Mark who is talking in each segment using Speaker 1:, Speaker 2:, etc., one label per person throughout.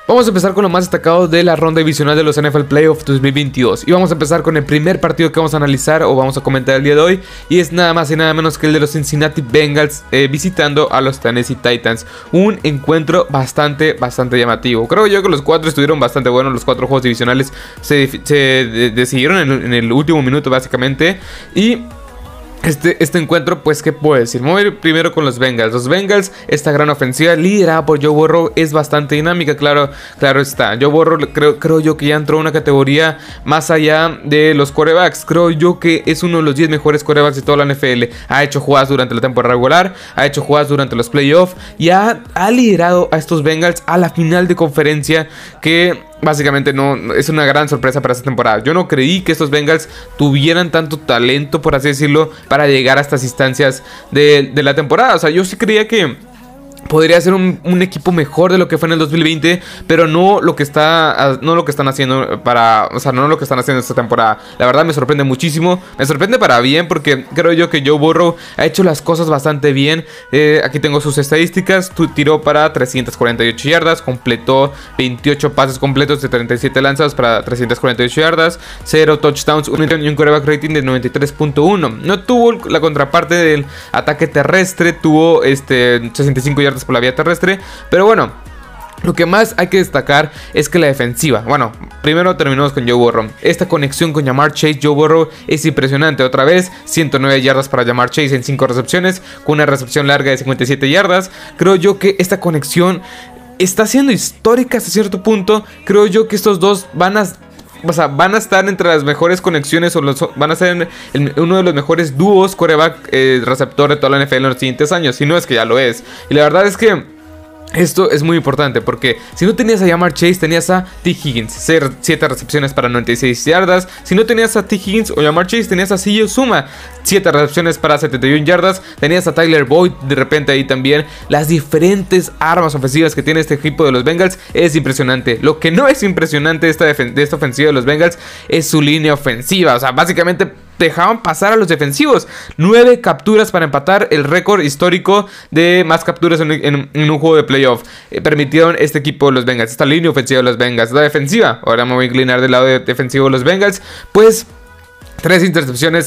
Speaker 1: Vamos a empezar con lo más destacado de la ronda divisional de los NFL Playoffs 2022. Y vamos a empezar con el primer partido que vamos a analizar o vamos a comentar el día de hoy. Y es nada más y nada menos que el de los Cincinnati Bengals visitando a los Tennessee Titans. Un encuentro bastante llamativo. Creo yo que los cuatro estuvieron bastante buenos. Los cuatro juegos divisionales se decidieron en el último minuto básicamente. Y este encuentro, pues, ¿qué puedo decir? Me voy a ir primero con los Bengals. Los Bengals, esta gran ofensiva liderada por Joe Burrow es bastante dinámica, claro está. Joe Burrow creo yo que ya entró a una categoría más allá de los quarterbacks. Creo yo que es uno de los 10 mejores quarterbacks de toda la NFL. Ha hecho jugadas durante la temporada regular, ha hecho jugadas durante los playoffs y ha liderado a estos Bengals a la final de conferencia, que básicamente no es una gran sorpresa para esta temporada. Yo no creí que estos Bengals tuvieran tanto talento, por así decirlo, para llegar a estas instancias de la temporada. O sea, yo sí creía que podría ser un equipo mejor de lo que fue en el 2020, pero no lo que están haciendo no lo que están haciendo esta temporada. La verdad me sorprende muchísimo, me sorprende para bien, porque creo yo que Joe Burrow ha hecho las cosas bastante bien. Aquí tengo sus estadísticas. Tiró para 348 yardas, completó 28 pases completos de 37 lanzas para 348 yardas, 0 touchdowns, y un quarterback rating de 93.1. No tuvo la contraparte del ataque terrestre, tuvo 65 yardas por la vía terrestre, pero bueno, lo que más hay que destacar es que la defensiva, bueno, primero terminamos con Joe Burrow. Esta conexión con Ja'Marr Chase, Joe Burrow, es impresionante. Otra vez, 109 yardas para Ja'Marr Chase en 5 recepciones, con una recepción larga de 57 yardas. Creo yo que esta conexión está siendo histórica hasta cierto punto. Creo yo que estos dos van a estar entre las mejores conexiones, van a ser uno de los mejores dúos quarterback receptor de toda la NFL en los siguientes años, si no es que ya lo es. Y la verdad es que esto es muy importante, porque si no tenías a Ja'Marr Chase, tenías a T. Higgins, 7 recepciones para 96 yardas. Si no tenías a T. Higgins o Ja'Marr Chase, tenías a C.J. Uzomah, 7 recepciones para 71 yardas. Tenías a Tyler Boyd de repente ahí también. Las diferentes armas ofensivas que tiene este equipo de los Bengals es impresionante. Lo que no es impresionante de esta ofensiva de los Bengals es su línea ofensiva. O sea, básicamente dejaban pasar a los defensivos. 9 capturas para empatar el récord histórico de más capturas en un juego de playoff. Permitieron este equipo de los Bengals, esta línea ofensiva de los Bengals. La defensiva, ahora me voy a inclinar del lado defensivo de los Bengals, pues 3 intercepciones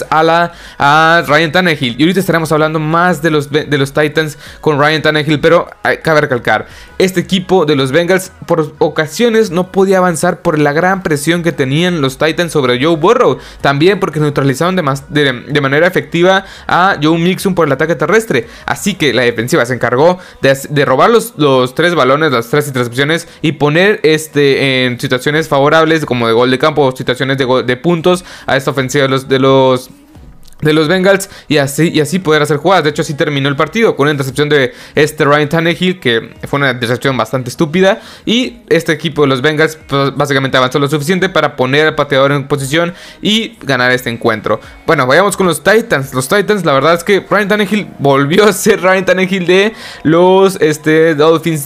Speaker 1: a Ryan Tannehill. Y ahorita estaremos hablando más de los Titans con Ryan Tannehill. Pero cabe recalcar, este equipo de los Bengals por ocasiones no podía avanzar por la gran presión que tenían los Titans sobre Joe Burrow. También porque neutralizaron de manera efectiva a Joe Mixon por el ataque terrestre. Así que la defensiva se encargó de robar los 3 balones, las 3 intercepciones, y poner en situaciones favorables como de gol de campo o situaciones de puntos a esta ofensiva de los Bengals, y así poder hacer jugadas. De hecho, así terminó el partido con una intercepción de Ryan Tannehill, que fue una intercepción bastante estúpida. Y este equipo de los Bengals pues, básicamente avanzó lo suficiente para poner al pateador en posición y ganar este encuentro. Bueno, vayamos con los Titans. Los Titans, la verdad es que Ryan Tannehill volvió a ser Ryan Tannehill de los Dolphins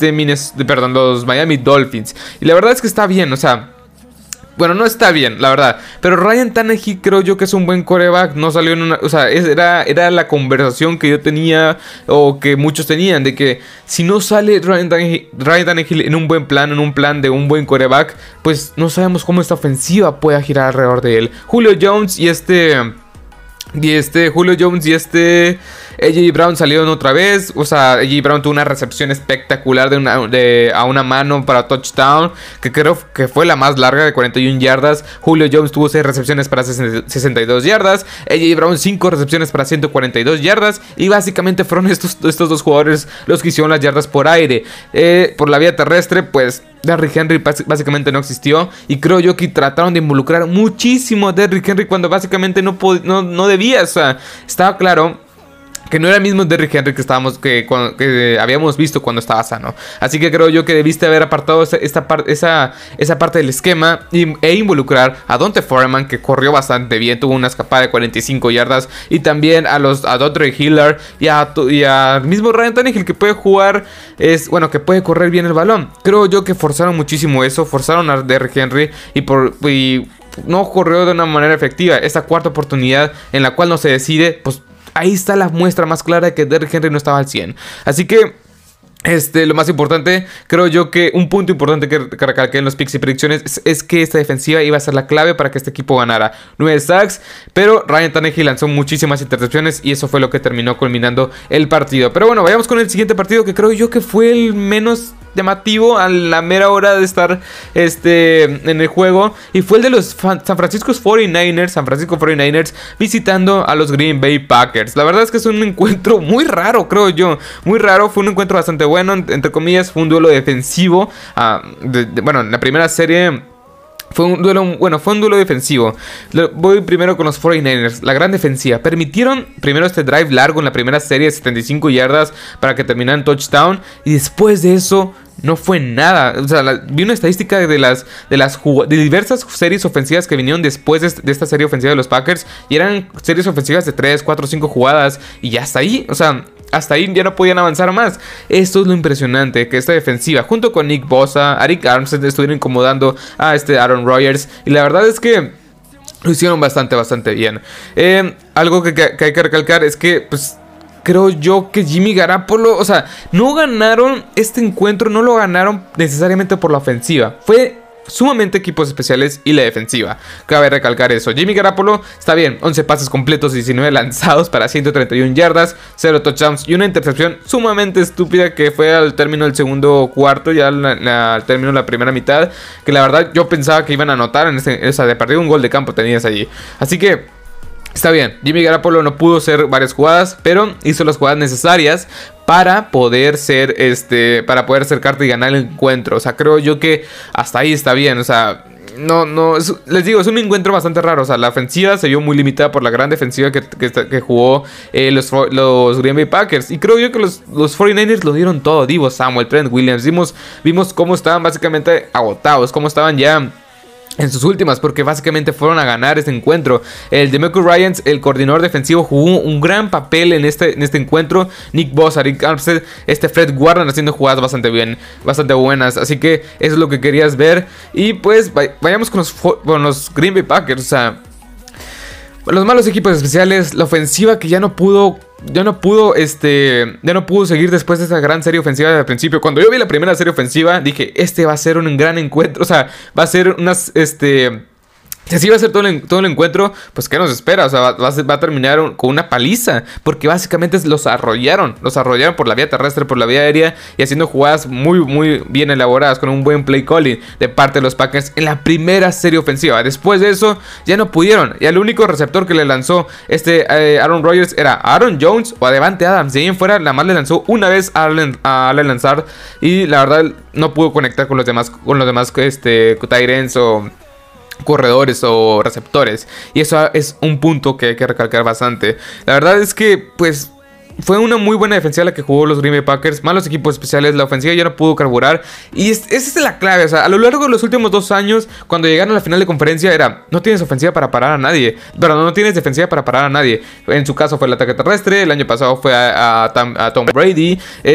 Speaker 1: los Miami Dolphins. Y la verdad es que está bien, o sea, bueno, no está bien, la verdad. Pero Ryan Tannehill creo yo que es un buen quarterback. No salió en una... O sea, era la conversación que yo tenía, o que muchos tenían, de que si no sale Ryan Tannehill en un buen plan, en un plan de un buen quarterback, pues no sabemos cómo esta ofensiva pueda girar alrededor de él. Julio Jones y AJ Brown salieron otra vez. O sea, AJ Brown tuvo una recepción espectacular a una mano para touchdown, que creo que fue la más larga, de 41 yardas. Julio Jones tuvo 6 recepciones para 62 yardas. AJ Brown 5 recepciones para 142 yardas. Y básicamente fueron estos dos jugadores los que hicieron las yardas por aire. Por la vía terrestre, pues Derrick Henry básicamente no existió. Y creo yo que trataron de involucrar muchísimo a Derrick Henry cuando básicamente no debía. O sea, estaba claro que no era el mismo Derrick Henry que habíamos visto cuando estaba sano. Así que creo yo que debiste haber apartado esa parte del esquema e involucrar a D'Onta Foreman, que corrió bastante bien, tuvo una escapada de 45 yardas, y también a Dre Hillard y a mismo Ryan Tannehill, que puede jugar, que puede correr bien el balón. Creo yo que forzaron muchísimo eso, forzaron a Derrick Henry y no corrió de una manera efectiva. Esta cuarta oportunidad en la cual no se decide, pues ahí está la muestra más clara de que Derrick Henry no estaba al 100. Así que Lo más importante, creo yo que un punto importante que recalqué en los picks y predicciones es que esta defensiva iba a ser la clave para que este equipo ganara. 9 sacks, pero Ryan Tannehill lanzó muchísimas intercepciones y eso fue lo que terminó culminando el partido. Pero bueno, vayamos con el siguiente partido, que creo yo que fue el menos llamativo a la mera hora de estar en el juego, y fue el de los San Francisco 49ers visitando a los Green Bay Packers. La verdad es que es un encuentro muy raro, creo yo, muy raro. Fue un encuentro bastante bueno, entre comillas. Fue un duelo defensivo. Bueno, en la primera serie fue un duelo defensivo. Voy primero con los 49ers. La gran defensiva. Permitieron primero este drive largo en la primera serie de 75 yardas para que terminara en touchdown. Y después de eso no fue nada. O sea, vi una estadística de diversas series ofensivas que vinieron después de esta serie ofensiva de los Packers. Y eran series ofensivas de 3, 4, 5 jugadas. Y ya hasta ahí. O sea, hasta ahí ya no podían avanzar más. Esto es lo impresionante, que esta defensiva, junto con Nick Bosa, Arik Armstead, estuvieron incomodando a Aaron Rodgers. Y la verdad es que lo hicieron bastante bien. Algo que hay que recalcar es que, pues, creo yo que Jimmy Garoppolo, o sea, no ganaron este encuentro, no lo ganaron necesariamente por la ofensiva. Fue sumamente equipos especiales y la defensiva. Cabe recalcar eso. Jimmy Garoppolo está bien, 11 pases completos, 19 lanzados para 131 yardas, 0 touchdowns y una intercepción sumamente estúpida que fue al término del segundo cuarto, ya al término de la primera mitad, que la verdad yo pensaba que iban a anotar o sea, de partido un gol de campo tenías allí. Así que está bien, Jimmy Garoppolo no pudo hacer varias jugadas, pero hizo las jugadas necesarias para poder acercarte y ganar el encuentro. O sea, creo yo que hasta ahí está bien. O sea, les digo, es un encuentro bastante raro. O sea, la ofensiva se vio muy limitada por la gran defensiva que jugó los Green Bay Packers. Y creo yo que los 49ers lo dieron todo. Deebo Samuel, Trent Williams. Vimos cómo estaban básicamente agotados, cómo estaban ya en sus últimas, porque básicamente fueron a ganar este encuentro. El DeMeco Ryans, el coordinador defensivo, jugó un gran papel en este encuentro. Nick Bosa, Arik Armstead, Fred Warner haciendo jugadas bastante buenas. Así que eso es lo que querías ver. Y pues vayamos con los Green Bay Packers. O sea, los malos equipos especiales, la ofensiva que ya no pudo seguir después de esa gran serie ofensiva de principio. Cuando yo vi la primera serie ofensiva, dije, va a ser un gran encuentro. O sea, va a ser si así va a ser todo el encuentro, pues ¿qué nos espera? O sea, va a terminar con una paliza, porque básicamente los arrollaron por la vía terrestre, por la vía aérea, y haciendo jugadas muy bien elaboradas, con un buen play calling de parte de los Packers en la primera serie ofensiva. Después de eso ya no pudieron, y el único receptor que le lanzó Aaron Rodgers era Aaron Jones o a Davante Adams. De ahí en fuera, la más le lanzó una vez a Allen Lazard, y la verdad no pudo conectar con los demás tight ends o corredores o receptores, y eso es un punto que hay que recalcar bastante. La verdad es que pues fue una muy buena defensiva la que jugó los Green Bay Packers. Malos equipos especiales, la ofensiva ya no pudo carburar, y esa es la clave. O sea, a lo largo de los últimos 2 años, cuando llegaron a la final de conferencia, no tienes ofensiva para parar a nadie, pero no tienes defensiva para parar a nadie. En su caso fue el ataque terrestre. El año pasado fue a Tom Brady.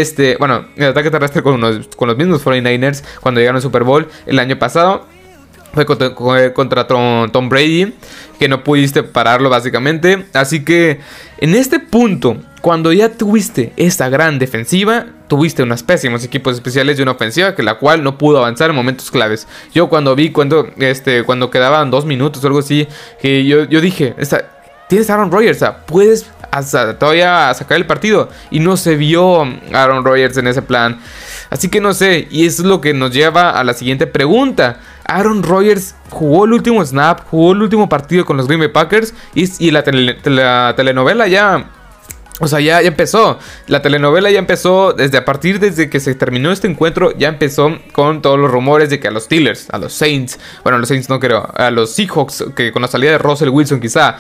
Speaker 1: El ataque terrestre con los mismos 49ers cuando llegaron al Super Bowl el año pasado. Fue contra Tom Brady, que no pudiste pararlo básicamente. Así que en este punto, cuando ya tuviste esta gran defensiva, tuviste unos pésimos equipos especiales y una ofensiva que la cual no pudo avanzar en momentos claves. Yo cuando cuando quedaban 2 minutos o algo así, que yo dije, tienes a Aaron Rodgers, o sea, puedes todavía sacar el partido, y no se vio Aaron Rodgers en ese plan. Así que no sé, y eso es lo que nos lleva a la siguiente pregunta. Aaron Rodgers jugó el último snap, jugó el último partido con los Green Bay Packers, y la telenovela ya... O sea, ya empezó. La telenovela ya empezó desde que se terminó este encuentro. Ya empezó con todos los rumores de que a los Steelers, a los Saints, bueno, a los Saints no creo, a los Seahawks, que con la salida de Russell Wilson quizá,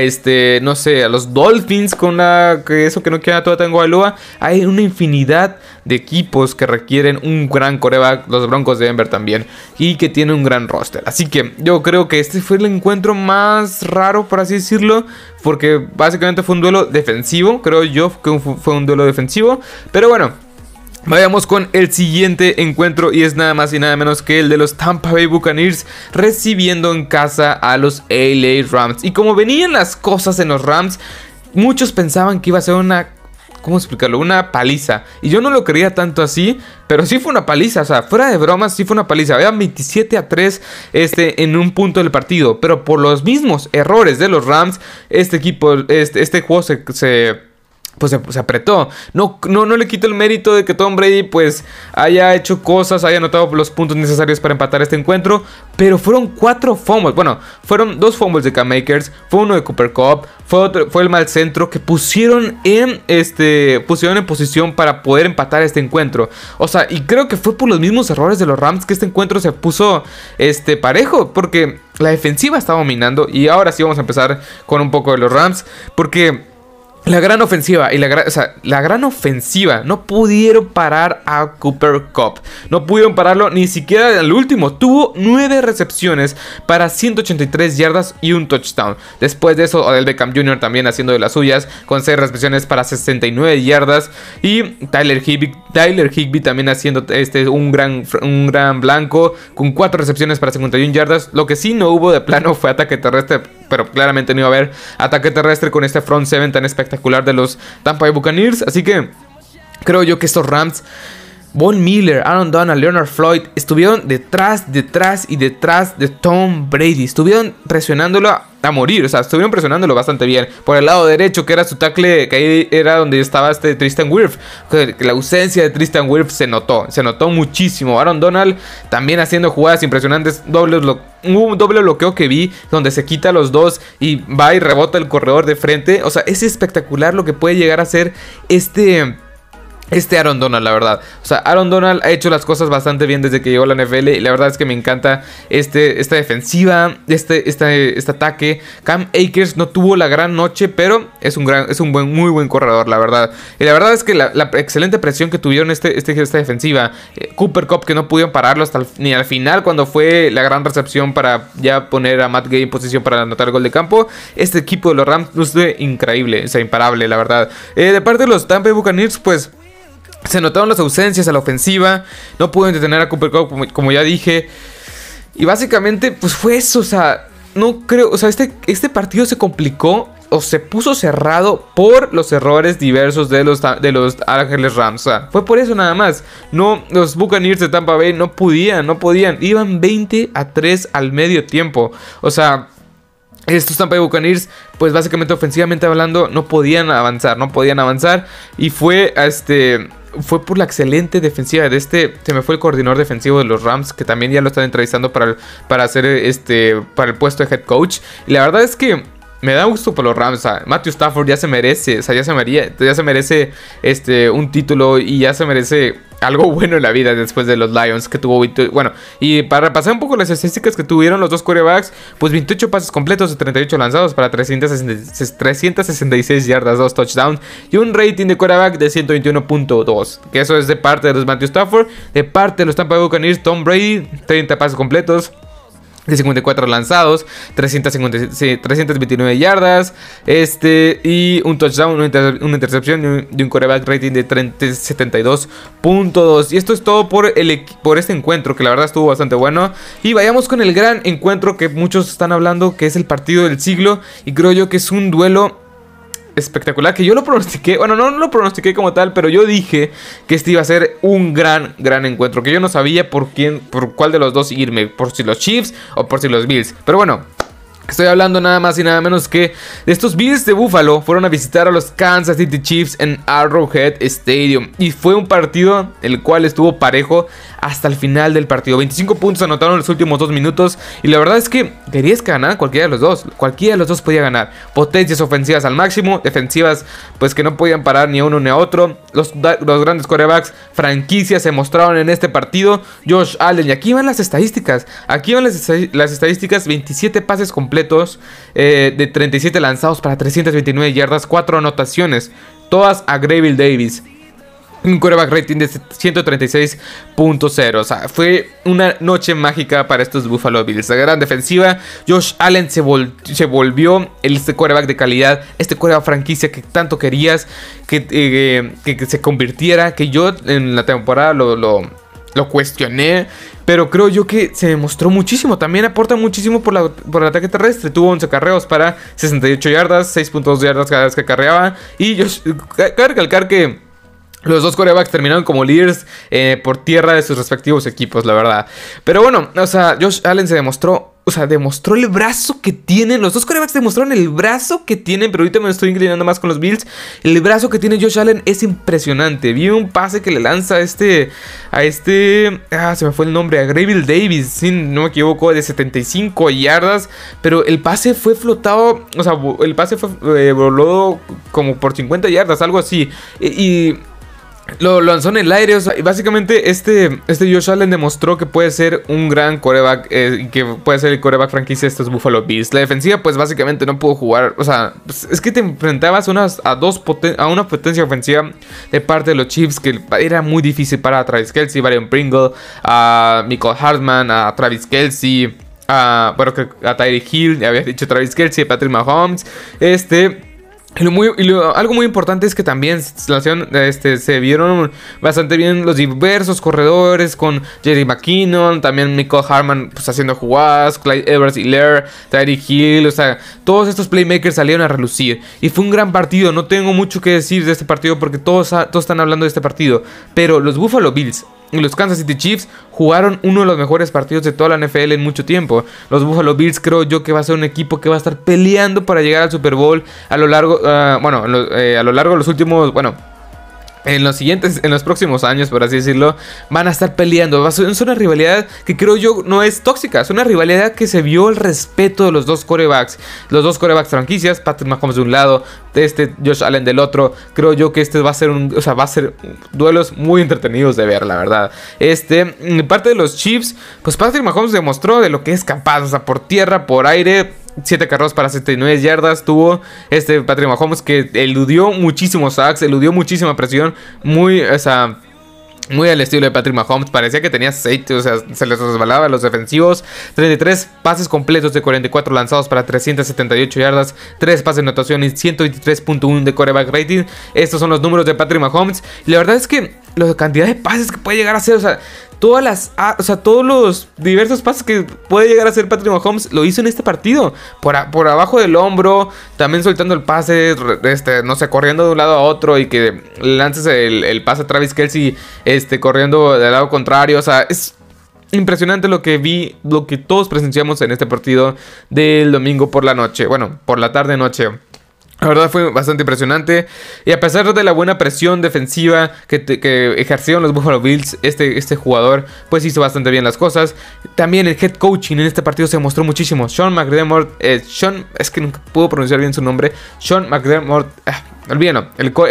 Speaker 1: no sé, a los Dolphins con eso que no queda toda Tagovailoa. Hay una infinidad de equipos que requieren un gran quarterback. Los Broncos de Denver también, y que tiene un gran roster. Así que yo creo que este fue el encuentro más raro, por así decirlo, porque básicamente fue un duelo defensivo. Creo yo que fue un duelo defensivo. Pero bueno, vayamos con el siguiente encuentro, y es nada más y nada menos que el de los Tampa Bay Buccaneers recibiendo en casa a los LA Rams. Y como venían las cosas en los Rams, muchos pensaban que iba a ser una ¿cómo explicarlo? Una paliza. Y yo no lo creía tanto así, pero sí fue una paliza. O sea, fuera de bromas, sí fue una paliza. Había 27-3 en un punto del partido. Pero por los mismos errores de los Rams, este juego se apretó. No le quito el mérito de que Tom Brady pues haya hecho cosas, haya anotado los puntos necesarios para empatar este encuentro, pero fueron 4 fumbles. Bueno, fueron 2 fumbles de Cam Akers, fue uno de Cooper Kupp, fue el mal centro que pusieron en posición para poder empatar este encuentro. O sea, y creo que fue por los mismos errores de los Rams que este encuentro se puso parejo, porque la defensiva estaba dominando. Y ahora sí vamos a empezar con un poco de los Rams, porque la gran ofensiva la gran ofensiva no pudieron parar a Cooper Kupp. No pudieron pararlo ni siquiera al último. Tuvo 9 recepciones para 183 yardas y un touchdown. Después de eso, Odell Beckham Jr. también haciendo de las suyas con 6 recepciones para 69 yardas. Y Tyler Higbee también haciendo un gran blanco con 4 recepciones para 51 yardas. Lo que sí no hubo de plano fue ataque terrestre, pero claramente no iba a haber ataque terrestre con este front seven tan espectacular de los Tampa Bay Buccaneers. Así que creo yo que estos Rams, Von Miller, Aaron Donald, Leonard Floyd, estuvieron detrás de Tom Brady. Estuvieron presionándolo a morir. O sea, estuvieron presionándolo bastante bien. Por el lado derecho, que era su tackle, que ahí era donde estaba Tristan Wirfs. Que la ausencia de Tristan Wirfs se notó muchísimo. Aaron Donald también haciendo jugadas impresionantes. Un doble bloqueo que vi, donde se quita los dos y va y rebota el corredor de frente. O sea, es espectacular lo que puede llegar a ser Aaron Donald, la verdad. O sea, Aaron Donald ha hecho las cosas bastante bien desde que llegó a la NFL. Y la verdad es que me encanta esta defensiva, este ataque. Cam Akers no tuvo la gran noche, pero es un muy buen corredor, la verdad. Y la verdad es que la excelente presión que tuvieron esta defensiva. Cooper Kupp, que no pudieron pararlo ni al final, cuando fue la gran recepción para ya poner a Matt Gay en posición para anotar el gol de campo. Este equipo de los Rams fue increíble, o sea, imparable, la verdad. De parte de los Tampa Bay Buccaneers, pues se notaron las ausencias a la ofensiva. No pudieron detener a Cooper Kupp, como ya dije. Y básicamente, pues fue eso. O sea, no creo. O sea, este partido se complicó o se puso cerrado por los errores diversos de los Ángeles Rams. O sea, fue por eso nada más. No, los Buccaneers de Tampa Bay no podían. Iban 20-3 al medio tiempo. O sea, estos Tampa Bay Buccaneers, pues básicamente ofensivamente hablando, no podían avanzar. Y fue por la excelente defensiva de se me fue el coordinador defensivo de los Rams, que también ya lo están entrevistando para el puesto de head coach. Y la verdad es que me da gusto por los Rams. O sea, Matthew Stafford ya se merece, un título y ya se merece algo bueno en la vida después de los Lions que tuvo. Bueno, y para repasar un poco las estadísticas que tuvieron los dos quarterbacks, pues 28 pases completos de 38 lanzados para 366 yardas, 2 touchdowns y un rating de quarterback de 121.2, que eso es de parte de los Matthew Stafford. De parte de los Tampa Bay Buccaneers, Tom Brady, 30 pases completos de 54 lanzados, 329 yardas, y un touchdown, una intercepción y un quarterback rating de 72.2. Y esto es todo por este encuentro, que la verdad estuvo bastante bueno. Y vayamos con el gran encuentro que muchos están hablando, que es el partido del siglo. Y creo yo que es un duelo espectacular, que yo lo pronostiqué. Bueno, no lo pronostiqué como tal, pero yo dije que este iba a ser un gran encuentro, que yo no sabía por cuál de los dos irme, por si los Chiefs o por si los Bills. Pero bueno, estoy hablando nada más y nada menos que de estos Bills de Buffalo. Fueron a visitar a los Kansas City Chiefs en Arrowhead Stadium. Y fue un partido el cual estuvo parejo hasta el final del partido. 25 puntos anotaron en los últimos 2 minutos. Y la verdad es que querías que ganara cualquiera de los dos. Cualquiera de los dos podía ganar. Potencias ofensivas al máximo. Defensivas pues que no podían parar ni a uno ni a otro. Los grandes quarterbacks franquicias se mostraron en este partido. Josh Allen. Y aquí van las estadísticas. 27 pases completos. De 37 lanzados para 329 yardas. 4 anotaciones. Todas a Gabriel Davis. Un quarterback rating de 136.0. O sea, fue una noche mágica para estos Buffalo Bills. La gran defensiva. Josh Allen se volvió este quarterback de calidad. Este quarterback franquicia que tanto querías que se convirtiera. Que yo en la temporada lo cuestioné. pero creo yo que se demostró muchísimo. También aporta muchísimo por el ataque terrestre. Tuvo 11 carreos para 68 yardas, 6.2 yardas cada vez que carreaba. Y cabe recalcar que los dos quarterbacks terminaron como líderes por tierra de sus respectivos equipos, la verdad. Pero bueno, o sea, Josh Allen se demostró... O sea, demostró el brazo que tienen. Los dos quarterbacks demostraron el brazo que tienen. Pero ahorita me estoy inclinando más con los Bills. El brazo que tiene Josh Allen es impresionante. Vi un pase que le lanza a se me fue el nombre. A Gabriel Davis, si no me equivoco, de 75 yardas. Pero el pase fue flotado. O sea, el pase voló como por 50 yardas, algo así. Lo lanzó en el aire, o sea, y básicamente este Josh Allen demostró que puede ser un gran quarterback, que puede ser el quarterback franquicia de estos Buffalo Bills. La defensiva pues básicamente no pudo jugar, o sea, pues, es que te enfrentabas a una potencia ofensiva de parte de los Chiefs que era muy difícil para Travis Kelce, Byron Pringle, a Mecole Hardman, a Travis Kelce, a Tyreek Hill, ya había dicho Travis Kelce, a Patrick Mahomes, algo muy importante es que también se vieron bastante bien los diversos corredores con Jerry McKinnon, también Mecole Hardman pues, haciendo jugadas, Clyde Edwards-Helaire, Tyreek Hill, o sea, todos estos playmakers salieron a relucir. Y fue un gran partido, no tengo mucho que decir de este partido porque todos están hablando de este partido. Pero los Buffalo Bills y los Kansas City Chiefs jugaron uno de los mejores partidos de toda la NFL en mucho tiempo. Los Buffalo Bills creo yo que va a ser un equipo que va a estar peleando para llegar al Super Bowl a lo largo, a lo largo de los últimos, en los próximos años, por así decirlo, van a estar peleando. Es una rivalidad que creo yo no es tóxica. Es una rivalidad que se vio el respeto de los dos quarterbacks. Los dos quarterbacks franquicias, Patrick Mahomes de un lado, Josh Allen del otro. Creo yo que va a ser duelos muy entretenidos de ver, la verdad. En parte de los Chiefs, pues Patrick Mahomes demostró de lo que es capaz. O sea, por tierra, por aire, 7 carreros para 79 yardas tuvo Patrick Mahomes, que eludió muchísimos sacks, eludió muchísima presión, muy al estilo de Patrick Mahomes. Parecía que tenía aceite, o sea, se les resbalaba a los defensivos. 33 pases completos de 44 lanzados para 378 yardas, 3 pases de anotación y 123.1 de quarterback rating. Estos son los números de Patrick Mahomes. Y la verdad es que la cantidad de pases que puede llegar a hacer, o sea, todos los diversos pases que puede llegar a hacer Patrick Mahomes lo hizo en este partido. Por abajo del hombro, también soltando el pase, no sé, corriendo de un lado a otro y que lances el pase a Travis Kelce, corriendo del lado contrario. O sea, es impresionante lo que todos presenciamos en este partido del domingo por la noche. Bueno, por la tarde-noche. La verdad fue bastante impresionante. Y a pesar de la buena presión defensiva que ejercieron los Buffalo Bills, este jugador pues hizo bastante bien las cosas. También el head coaching en este partido se mostró muchísimo. Sean McDermott, es que nunca puedo pronunciar bien su nombre. Sean McDermott, olvídalo,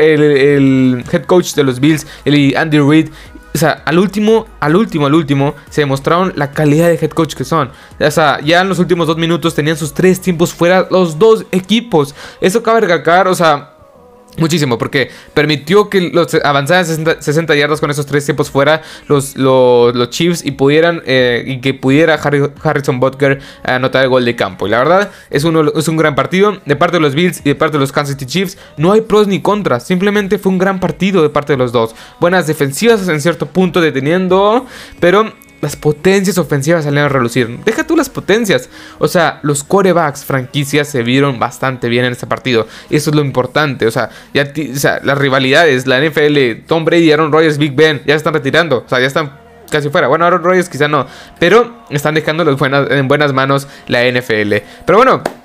Speaker 1: el head coach de los Bills, Andy Reid. O sea, al último, se demostraron la calidad de head coach que son. O sea, ya en los últimos 2 minutos tenían sus 3 tiempos fuera los dos equipos. Eso cabe recalcar, o sea, muchísimo, porque permitió que los avanzaran 60 yardas con esos 3 tiempos fuera los Chiefs y que pudiera Harrison Butker anotar el gol de campo. Y la verdad es un gran partido de parte de los Bills y de parte de los Kansas City Chiefs. No hay pros ni contras, simplemente fue un gran partido de parte de los dos. Buenas defensivas en cierto punto deteniendo, pero las potencias ofensivas salieron a relucir. Deja tú las potencias. O sea, los quarterbacks franquicias se vieron bastante bien en este partido. Y eso es lo importante. O sea, las rivalidades, la NFL, Tom Brady, Aaron Rodgers, Big Ben, ya se están retirando. O sea, ya están casi fuera. Bueno, Aaron Rodgers quizá no. Pero están dejando en buenas manos la NFL. Pero bueno,